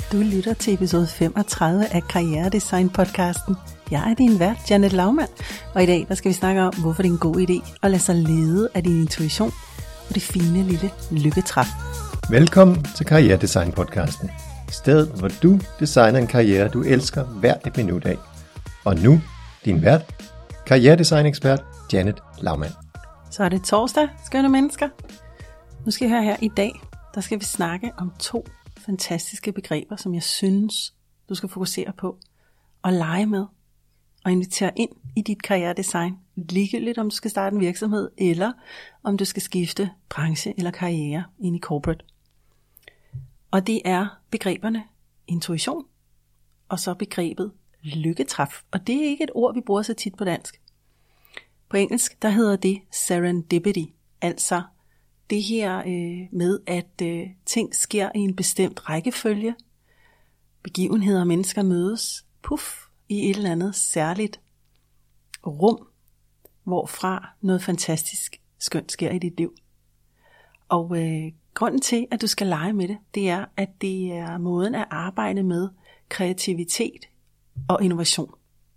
Du lytter til episode 35 af Karrieredesign-podcasten. Jeg er din vært, Janet Laumann, og i dag der skal vi snakke om, hvorfor det er en god idé at lade sig lede af din intuition og det fine lille lykketræf. Velkommen til Karrieredesign-podcasten. Stedet, hvor du designer en karriere, du elsker hvert et minut af. Og nu, din vært, karrieredesign-ekspert Janet Laumann. Så er det torsdag, skønne mennesker. Nu skal jeg høre her i dag, der skal vi snakke om 2 fantastiske begreber, som jeg synes, du skal fokusere på og lege med og invitere ind i dit karrieredesign. Ligegyldigt om du skal starte en virksomhed, eller om du skal skifte branche eller karriere ind i corporate. Og det er begreberne intuition og så begrebet lykketræf. Og det er ikke et ord, vi bruger så tit på dansk. På engelsk, der hedder det serendipity, altså det her med, at ting sker i en bestemt rækkefølge. Begivenheder og mennesker mødes, i et eller andet særligt rum, hvorfra noget fantastisk skønt sker i dit liv. Og grunden til, at du skal lege med det, det er, at det er måden at arbejde med kreativitet og innovation.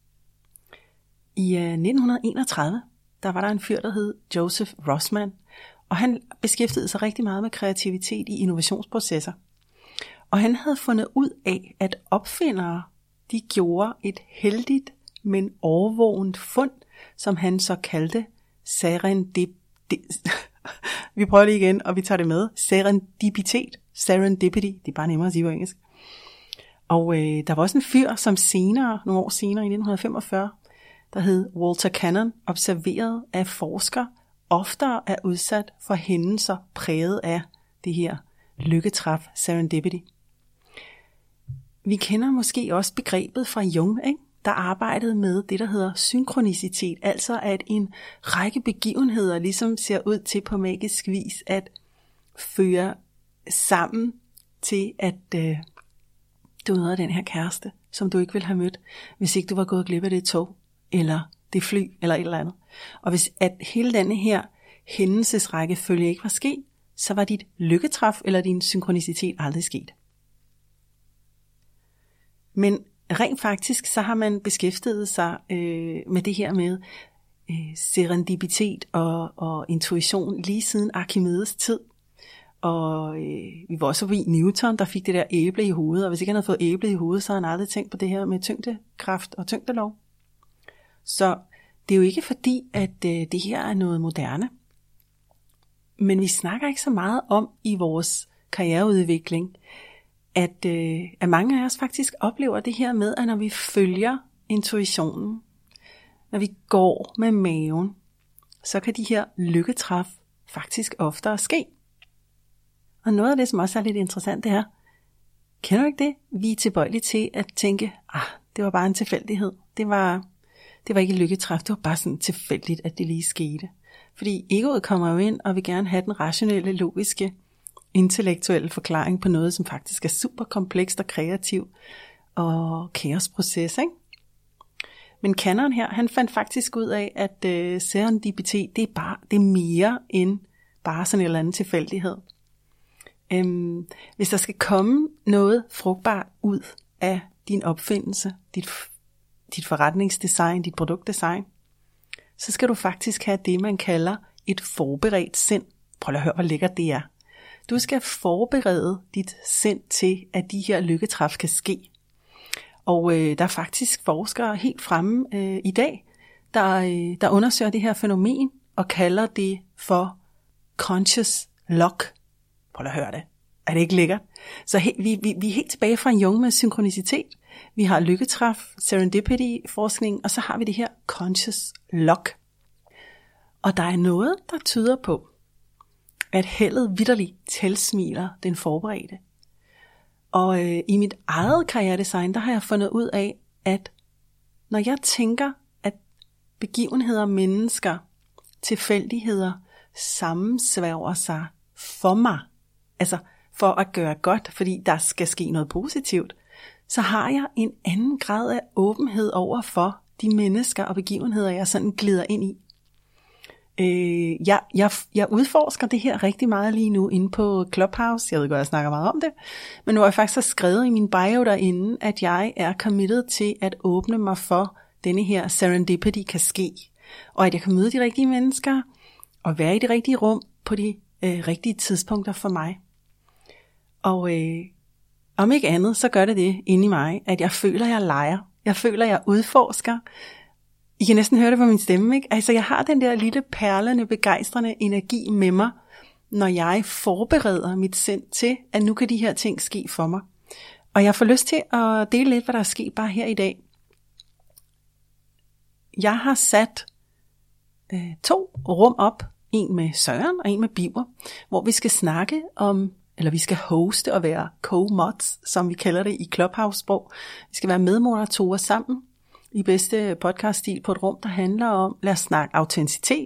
I 1931, der var der en fyr, der hed Joseph Rossmann, og han beskæftigede sig rigtig meget med kreativitet i innovationsprocesser. Og han havde fundet ud af, at opfindere, de gjorde et heldigt, men overvågent fund, som han så kaldte vi prøver det igen, og vi tager det med. Serendipity, det er bare nemmere at sige på engelsk. Og der var også en fyr, som nogle år senere i 1945, der hed Walter Cannon, observerede af forskere, oftere er udsat for hændelser præget af det her lykketræf, serendipity. Vi kender måske også begrebet fra Jung, ikke? Der arbejdede med det, der hedder synkronicitet, altså at en række begivenheder ligesom ser ud til på magisk vis at føre sammen til, at du møder den her kæreste, som du ikke ville have mødt, hvis ikke du var gået glip af det tog, eller det fly, eller et eller andet. Og hvis at hele denne her hændelsesrækkefølge ikke var sket, så var dit lykketræf eller din synkronicitet aldrig sket. Men rent faktisk, så har man beskæftiget sig med det her med serendipitet og intuition lige siden Archimedes tid. Og vi var også forbi Newton, der fik det der æble i hovedet, og hvis ikke han havde fået æble i hovedet, så har han aldrig tænkt på det her med tyngdekraft og tyngdelov. Så det er jo ikke fordi, at det her er noget moderne. Men vi snakker ikke så meget om i vores karriereudvikling, at mange af os faktisk oplever det her med, at når vi følger intuitionen, når vi går med maven, så kan de her lykketræf faktisk oftere ske. Og noget af det, som også er lidt interessant, det er, kender du ikke det? Vi er tilbøjelige til at tænke, det var bare en tilfældighed. Det var ikke lykketræf, det var bare sådan tilfældigt, at det lige skete. Fordi egoet kommer jo ind og vil gerne have den rationelle, logiske, intellektuelle forklaring på noget, som faktisk er super komplekst og kreativ og kaosproces, ikke? Men Cannon her, han fandt faktisk ud af, at serendipitet, det er mere end bare sådan en eller anden tilfældighed. Hvis der skal komme noget frugtbart ud af din opfindelse, dit forretningsdesign, dit produktdesign, så skal du faktisk have det, man kalder et forberedt sind. Prøv at høre, hvor lækkert det er. Du skal forberede dit sind til, at de her lykketræf kan ske. Og der er faktisk forskere helt fremme i dag, der undersøger det her fænomen og kalder det for conscious lock. Prøv at høre det. Er det ikke lækkert? Så vi er helt tilbage fra Jung med synkronicitet. Vi har lykketræf, serendipity-forskning, og så har vi det her conscious lock. Og der er noget, der tyder på, at heldet vitterligt tilsmiler den forberedte. Og i mit eget karrieredesign, der har jeg fundet ud af, at når jeg tænker, at begivenheder, mennesker, tilfældigheder sammensværger sig for mig, altså for at gøre godt, fordi der skal ske noget positivt, så har jeg en anden grad af åbenhed over for de mennesker og begivenheder, jeg sådan glider ind i. Jeg udforsker det her rigtig meget lige nu inde på Clubhouse. Jeg ved godt, jeg snakker meget om det. Men nu har jeg faktisk så skrevet i min bio derinde, at jeg er committed til at åbne mig for, denne her serendipity kan ske. Og at jeg kan møde de rigtige mennesker og være i det rigtige rum på de rigtige tidspunkter for mig. Og om ikke andet, så gør det inde i mig, at jeg føler, jeg leger. Jeg føler, jeg udforsker. I kan næsten høre det på min stemme, ikke? Altså, jeg har den der lille perlende, begejstrende energi med mig, når jeg forbereder mit sind til, at nu kan de her ting ske for mig. Og jeg får lyst til at dele lidt, hvad der er sket bare her i dag. Jeg har sat 2 rum op, en med Søren og en med Biver, hvor vi skal snakke om, eller vi skal hoste og være co-mods, som vi kalder det i Clubhouse-sprog. Vi skal være medmoderatorer sammen i bedste podcaststil på et rum, der handler om, lad os snakke autenticitet.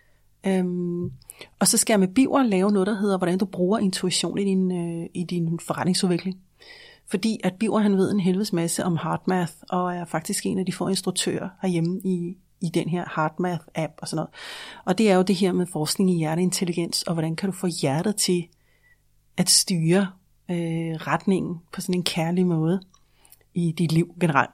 Og så skal jeg med Biver lave noget, der hedder, hvordan du bruger intuition i din forretningsudvikling. Fordi at Biver, han ved en helvedes masse om HeartMath, og er faktisk en af de få instruktører herhjemme i den her HeartMath-app og sådan noget. Og det er jo det her med forskning i hjerteintelligens, og hvordan kan du få hjertet til at styre retningen på sådan en kærlig måde i dit liv generelt.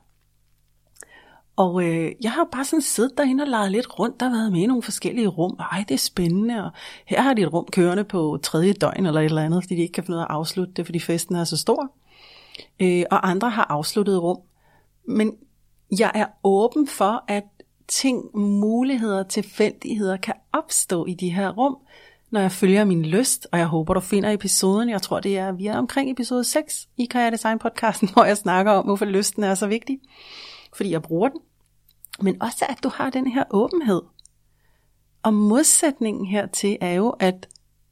Og jeg har jo bare sådan siddet derinde og leget lidt rundt, der har været med i nogle forskellige rum. Ej, det er spændende, og her har de et rum kørende på 3. døgn eller et eller andet, fordi de ikke kan finde ud af at afslutte det, fordi festen er så stor. Og andre har afsluttet rum. Men jeg er åben for, at ting, muligheder, tilfældigheder kan opstå i de her rum, når jeg følger min lyst, og jeg håber, du finder episoden. Jeg tror, vi er omkring episode 6 i Karriere Design podcasten, hvor jeg snakker om, hvorfor lysten er så vigtig. Fordi jeg bruger den. Men også, at du har den her åbenhed. Og modsætningen hertil er jo, at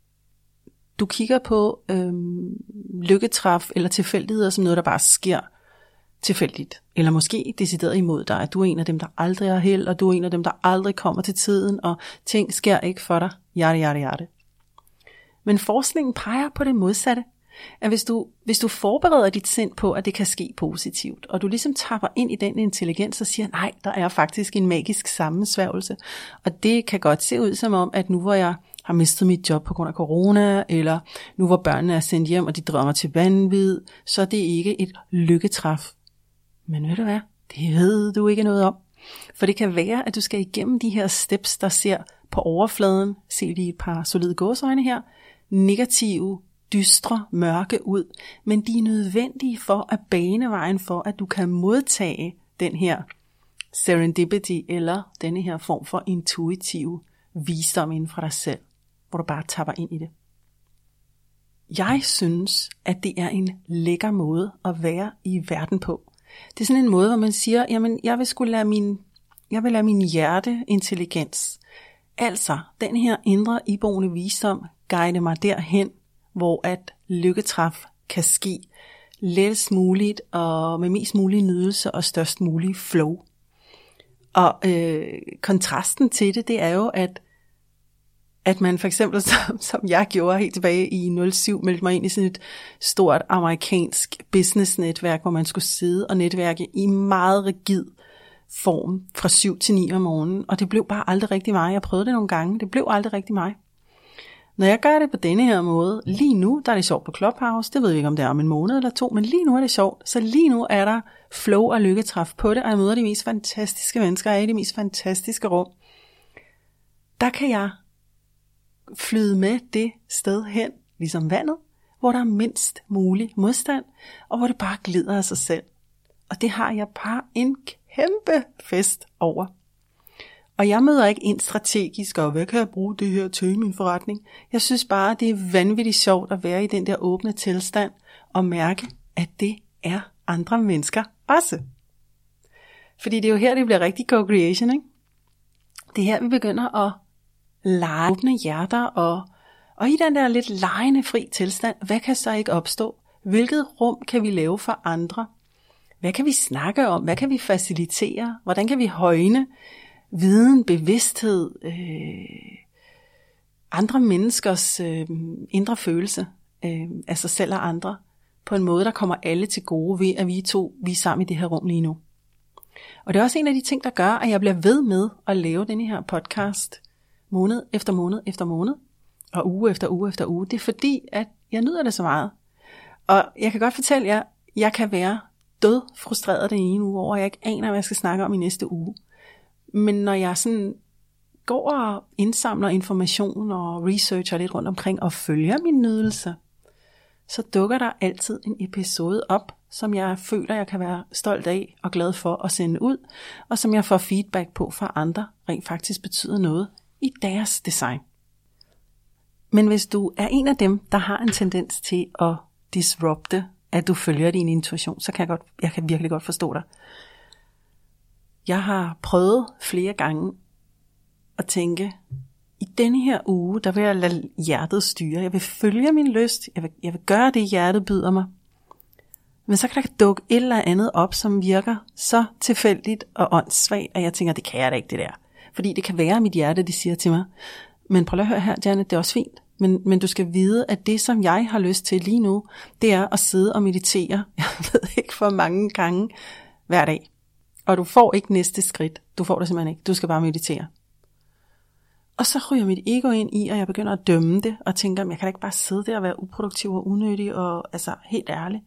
du kigger på lykketræf eller tilfældigheder som noget, der bare sker tilfældigt. Eller måske decideret imod dig, at du er en af dem, der aldrig har held, og du er en af dem, der aldrig kommer til tiden, og ting sker ikke for dig. Hjerte. Men forskningen peger på det modsatte. At hvis du forbereder dit sind på, at det kan ske positivt, og du ligesom tapper ind i den intelligens og siger, nej, der er faktisk en magisk sammensværgelse. Og det kan godt se ud som om, at nu hvor jeg har mistet mit job på grund af corona, eller nu hvor børnene er sendt hjem, og de drømmer til vanvid, så er det ikke et lykketræf. Men ved du hvad? Det ved du ikke noget om. For det kan være, at du skal igennem de her steps, der ser på overfladen, se de et par solide gåseøjne her, negative, dystre, mørke ud, men de er nødvendige for at bane vejen for, at du kan modtage den her serendipity, eller denne her form for intuitive visdom inden for dig selv, hvor du bare tapper ind i det. Jeg synes, at det er en lækker måde at være i verden på. Det er sådan en måde, hvor man siger, jamen jeg vil lade min hjerteintelligens, altså den her indre iboende visdom, guide mig derhen, hvor at lykketræf kan ske lettest muligt og med mest mulig nydelse og størst mulig flow. Og kontrasten til det er jo, at man for eksempel, som jeg gjorde helt tilbage i 07, meldte mig ind i sådan et stort amerikansk business-netværk, hvor man skulle sidde og netværke i meget rigid form fra 7 til 9 om morgenen. Og det blev bare aldrig rigtig mig. Jeg prøvede det nogle gange. Det blev aldrig rigtig mig. Når jeg gør det på denne her måde, lige nu, der er det sjovt på Clubhouse, det ved vi ikke om det er om en måned eller 2, men lige nu er det sjovt. Så lige nu er der flow og lykketræf på det, og jeg møder de mest fantastiske mennesker, og er i de mest fantastiske rum. Der kan jeg flyde med det sted hen, ligesom vandet, hvor der er mindst mulig modstand, og hvor det bare glider af sig selv. Og det har jeg bare en kæmpe fest over. Og jeg møder ikke ind strategisk, og hvad kan jeg bruge det her til i min forretning? Jeg synes bare, det er vanvittigt sjovt at være i den der åbne tilstand, og mærke, at det er andre mennesker også. Fordi det er jo her, det bliver rigtig co-creation, ikke? Det er her, vi begynder at lege åbne hjerter, og i den der lidt legende fri tilstand, hvad kan så ikke opstå? Hvilket rum kan vi lave for andre? Hvad kan vi snakke om? Hvad kan vi facilitere? Hvordan kan vi højne viden, bevidsthed, andre menneskers indre følelse af sig selv og andre, på en måde, der kommer alle til gode ved, at vi er sammen i det her rum lige nu. Og det er også en af de ting, der gør, at jeg bliver ved med at lave denne her podcast, måned efter måned efter måned, og uge efter uge efter uge, det er fordi, at jeg nyder det så meget. Og jeg kan godt fortælle jer, jeg kan være død frustreret den ene uge over, jeg ikke aner, hvad jeg skal snakke om i næste uge. Men når jeg sådan går og indsamler information og researcher lidt rundt omkring og følger min nydelse, så dukker der altid en episode op, som jeg føler, jeg kan være stolt af og glad for at sende ud, og som jeg får feedback på fra andre, rent faktisk betyder noget i deres design. Men hvis du er en af dem, der har en tendens til at disrupte, at du følger din intuition, så kan jeg kan virkelig godt forstå dig. Jeg har prøvet flere gange at tænke, i denne her uge, der vil jeg lade hjertet styre. Jeg vil følge min lyst. Jeg vil gøre det, hjertet byder mig. Men så kan der dukke et eller andet op, som virker så tilfældigt og åndssvagt, at jeg tænker, det kan jeg da ikke, det der. Fordi det kan være mit hjerte, det siger til mig. Men prøv at høre her, Janet, det er også fint. Men du skal vide, at det, som jeg har lyst til lige nu, det er at sidde og meditere. Jeg ved ikke, for mange gange hver dag. Og du får ikke næste skridt. Du får det simpelthen ikke. Du skal bare meditere. Og så ryger mit ego ind i, og jeg begynder at dømme det, og tænker, jeg kan da ikke bare sidde der og være uproduktiv og unødig, og altså helt ærligt.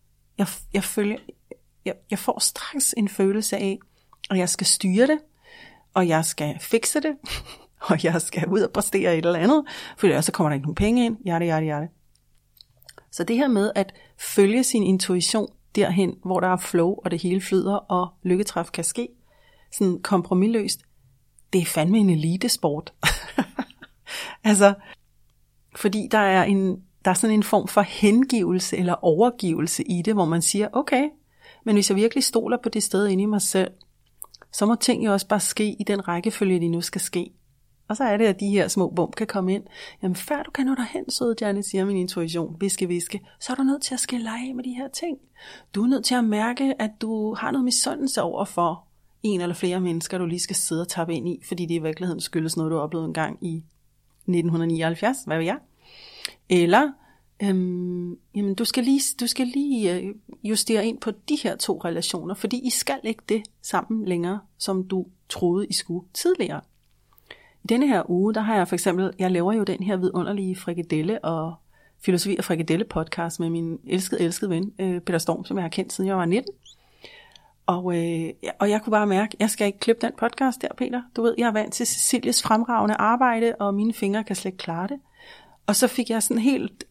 Jeg får straks en følelse af, at jeg skal styre det, og jeg skal fikse det, og jeg skal ud og præstere et eller andet, for ellers så kommer der ikke nogen penge ind, hjerte. Så det her med at følge sin intuition derhen, hvor der er flow, og det hele flyder, og lykketræf kan ske, sådan kompromisløst, det er fandme en elitesport. Altså, fordi der er sådan en form for hengivelse eller overgivelse i det, hvor man siger, okay, men hvis jeg virkelig stoler på det sted inde i mig selv, så må ting jo også bare ske i den rækkefølge, de nu skal ske. Og så er det, at de her små bump kan komme ind. Jamen før du kan nå derhen, søde Janet, siger min intuition, viske, så er du nødt til at skille af med de her ting. Du er nødt til at mærke, at du har noget misundelse over for en eller flere mennesker, du lige skal sidde og tappe ind i, fordi det i virkeligheden skyldes noget, du har oplevet en gang i 1979, hvad ved jeg? Eller, jamen du skal lige justere ind på de her 2 relationer, fordi I skal ikke det sammen længere, som du troede, I skulle tidligere. I denne her uge, der har jeg for eksempel, jeg laver jo den her vidunderlige frikadelle og filosofi og frikadelle podcast med min elskede ven, Peter Storm, som jeg har kendt siden jeg var 19. Og jeg kunne bare mærke, jeg skal ikke klippe den podcast der, Peter. Du ved, jeg er vant til Cecilies fremragende arbejde, og mine fingre kan slet ikke klare det. Og så fik jeg sådan helt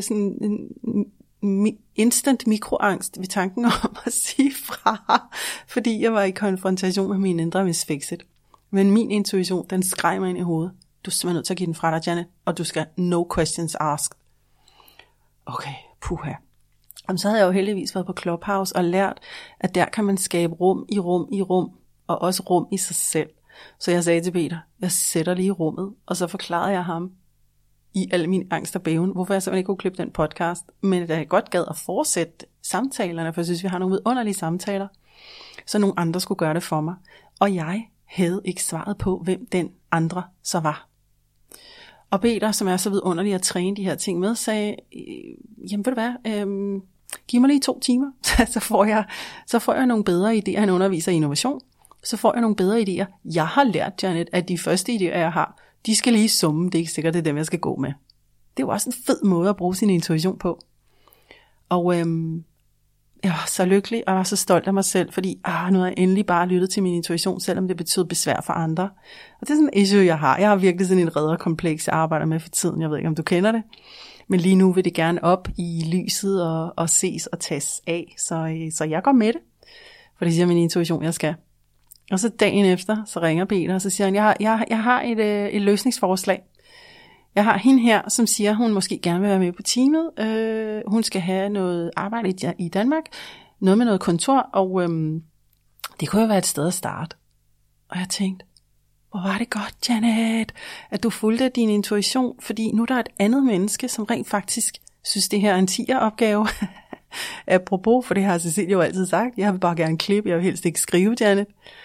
instant mikroangst ved tanken om at sige fra, fordi jeg var i konfrontation med min indre Miss Fix-It. Men min intuition, den skreg mig ind i hovedet. Du er simpelthen nødt til at give den fra dig, Janet, og du skal no questions asked. Okay, puha. Og så havde jeg jo heldigvis været på Clubhouse og lært, at der kan man skabe rum i rum, og også rum i sig selv. Så jeg sagde til Peter, jeg sætter lige rummet, og så forklarede jeg ham i al min angst og bæven, hvorfor jeg simpelthen ikke kunne klippe den podcast, men da jeg godt gad at fortsætte samtalerne, for jeg synes, vi har nogle vidunderlige samtaler, så nogle andre skulle gøre det for mig. Og jeg havde ikke svaret på, hvem den andre så var. Og Peter, som er så vidunderlig at træne de her ting med, sagde, jamen ved du hvad, giv mig lige 2 timer, så får jeg nogle bedre idéer. Han underviser i innovation. Så får jeg nogle bedre idéer. Jeg har lært, Janet, at de første idéer, jeg har, de skal lige summe. Det er ikke sikkert, det er dem, jeg skal gå med. Det er jo også en fed måde at bruge sin intuition på. Og jeg var så lykkelig, og jeg var så stolt af mig selv, fordi nu har jeg endelig bare lyttet til min intuition, selvom det betød besvær for andre. Og det er sådan en issue, jeg har. Jeg har virkelig sådan en redderkompleks, jeg arbejder med for tiden. Jeg ved ikke, om du kender det. Men lige nu vil det gerne op i lyset og ses og tages af. Så jeg går med det. For det siger min intuition, jeg skal. Og så dagen efter, så ringer Peter, og så siger han, jeg har et løsningsforslag. Jeg har hende her, som siger, hun måske gerne vil være med på teamet. Hun skal have noget arbejde i Danmark, noget med noget kontor, og det kunne jo være et sted at starte. Og jeg tænkte, hvor var det godt, Janet, at du fulgte din intuition, fordi nu er der et andet menneske, som rent faktisk synes, det her er en 10'er-opgave. Apropos, for det har Cecilie jo altid sagt, jeg vil bare gerne klippe, jeg vil helst ikke skrive, Janet.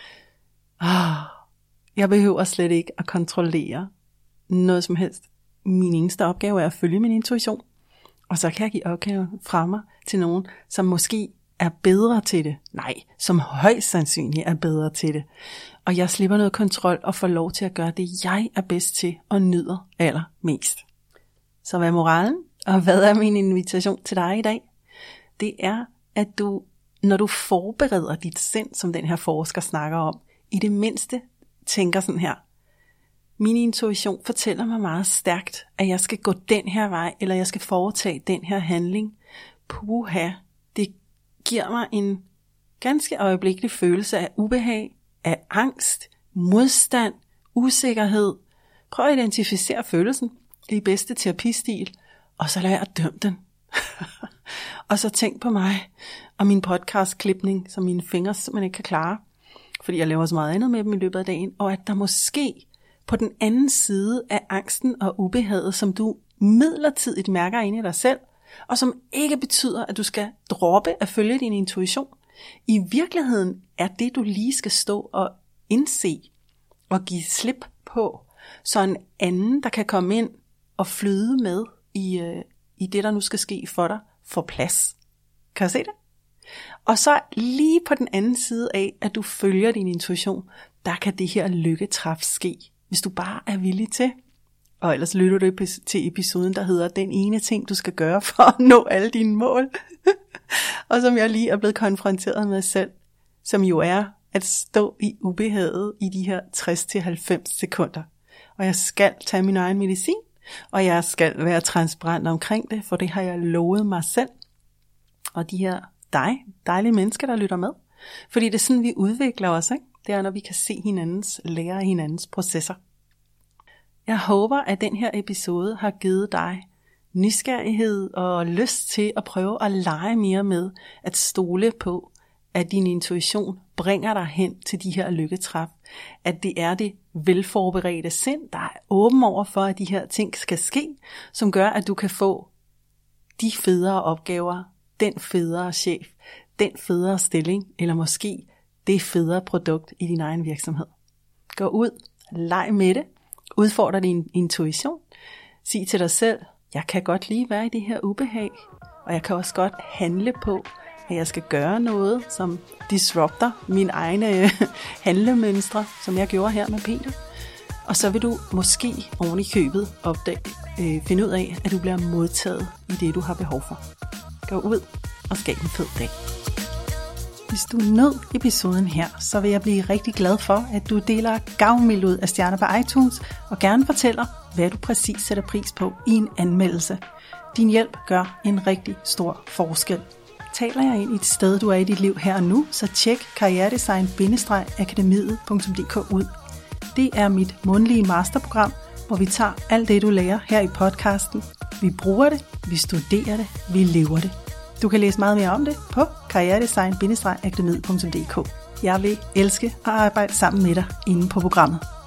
Jeg behøver slet ikke at kontrollere noget som helst. Min eneste opgave er at følge min intuition. Og så kan jeg give opgaven fra mig til nogen, som måske er bedre til det. Nej, som højst sandsynligt er bedre til det. Og jeg slipper noget kontrol og får lov til at gøre det, jeg er bedst til og nyder allermest. Så hvad er moralen? Og hvad er min invitation til dig i dag? Det er, at du, når du forbereder dit sind, som den her forsker snakker om, i det mindste tænker sådan her. Min intuition fortæller mig meget stærkt, at jeg skal gå den her vej, eller jeg skal foretage den her handling. Puha, det giver mig en ganske øjeblikkelig følelse af ubehag, af angst, modstand, usikkerhed. Prøv at identificere følelsen i bedste terapistil, og så lad jeg dømme den. Og så tænk på mig og min podcastklipning, som mine fingre simpelthen ikke kan klare, fordi jeg laver så meget andet med dem i løbet af dagen, og at der måske på den anden side af angsten og ubehaget, som du midlertidigt mærker inde i dig selv, og som ikke betyder, at du skal droppe at følge din intuition. I virkeligheden er det, du lige skal stå og indse og give slip på, så en anden, der kan komme ind og flyde med i det, der nu skal ske for dig, får plads. Kan du se det? Og så lige på den anden side af, at du følger din intuition, der kan det her lykketræf ske, hvis du bare er villig til. Og ellers lytter du til episoden, der hedder den ene ting, du skal gøre for at nå alle dine mål. Og som jeg lige er blevet konfronteret med selv, som jo er at stå i ubehaget i de her 60-90 sekunder. Og jeg skal tage min egen medicin, og jeg skal være transparent omkring det, for det har jeg lovet mig selv. Og de her dejlige mennesker, der lytter med. Fordi det er sådan, vi udvikler os, ikke? Det er, når vi kan se hinandens, lære af hinandens processer. Jeg håber, at den her episode har givet dig nysgerrighed og lyst til at prøve at lege mere med at stole på, at din intuition bringer dig hen til de her lykketræf. At det er det velforberedte sind, der er åben over for, at de her ting skal ske, som gør, at du kan få de federe opgaver, den federe chef, den federe stilling, eller måske det federe produkt i din egen virksomhed. Gå ud, leg med det, udfordre din intuition, sig til dig selv, jeg kan godt lige være i det her ubehag, og jeg kan også godt handle på, at jeg skal gøre noget, som disrupter mine egne handlemønstre, som jeg gjorde her med Peter. Og så vil du måske oven i købet finde ud af, at du bliver modtaget i det, du har behov for. Gå ud og skab en fed dag. Hvis du nød episoden her, så vil jeg blive rigtig glad for, at du deler gavmild ud af stjerner på iTunes, og gerne fortæller, hvad du præcis sætter pris på i en anmeldelse. Din hjælp gør en rigtig stor forskel. Taler jeg ind i et sted, du er i dit liv her og nu, så tjek karrieredesign-akademiet.dk ud. Det er mit mundtlige masterprogram, hvor vi tager alt det, du lærer her i podcasten. Vi bruger det, vi studerer det, vi lever det. Du kan læse meget mere om det på karrieredesign-akademiet.dk. Jeg vil elske at arbejde sammen med dig inde på programmet.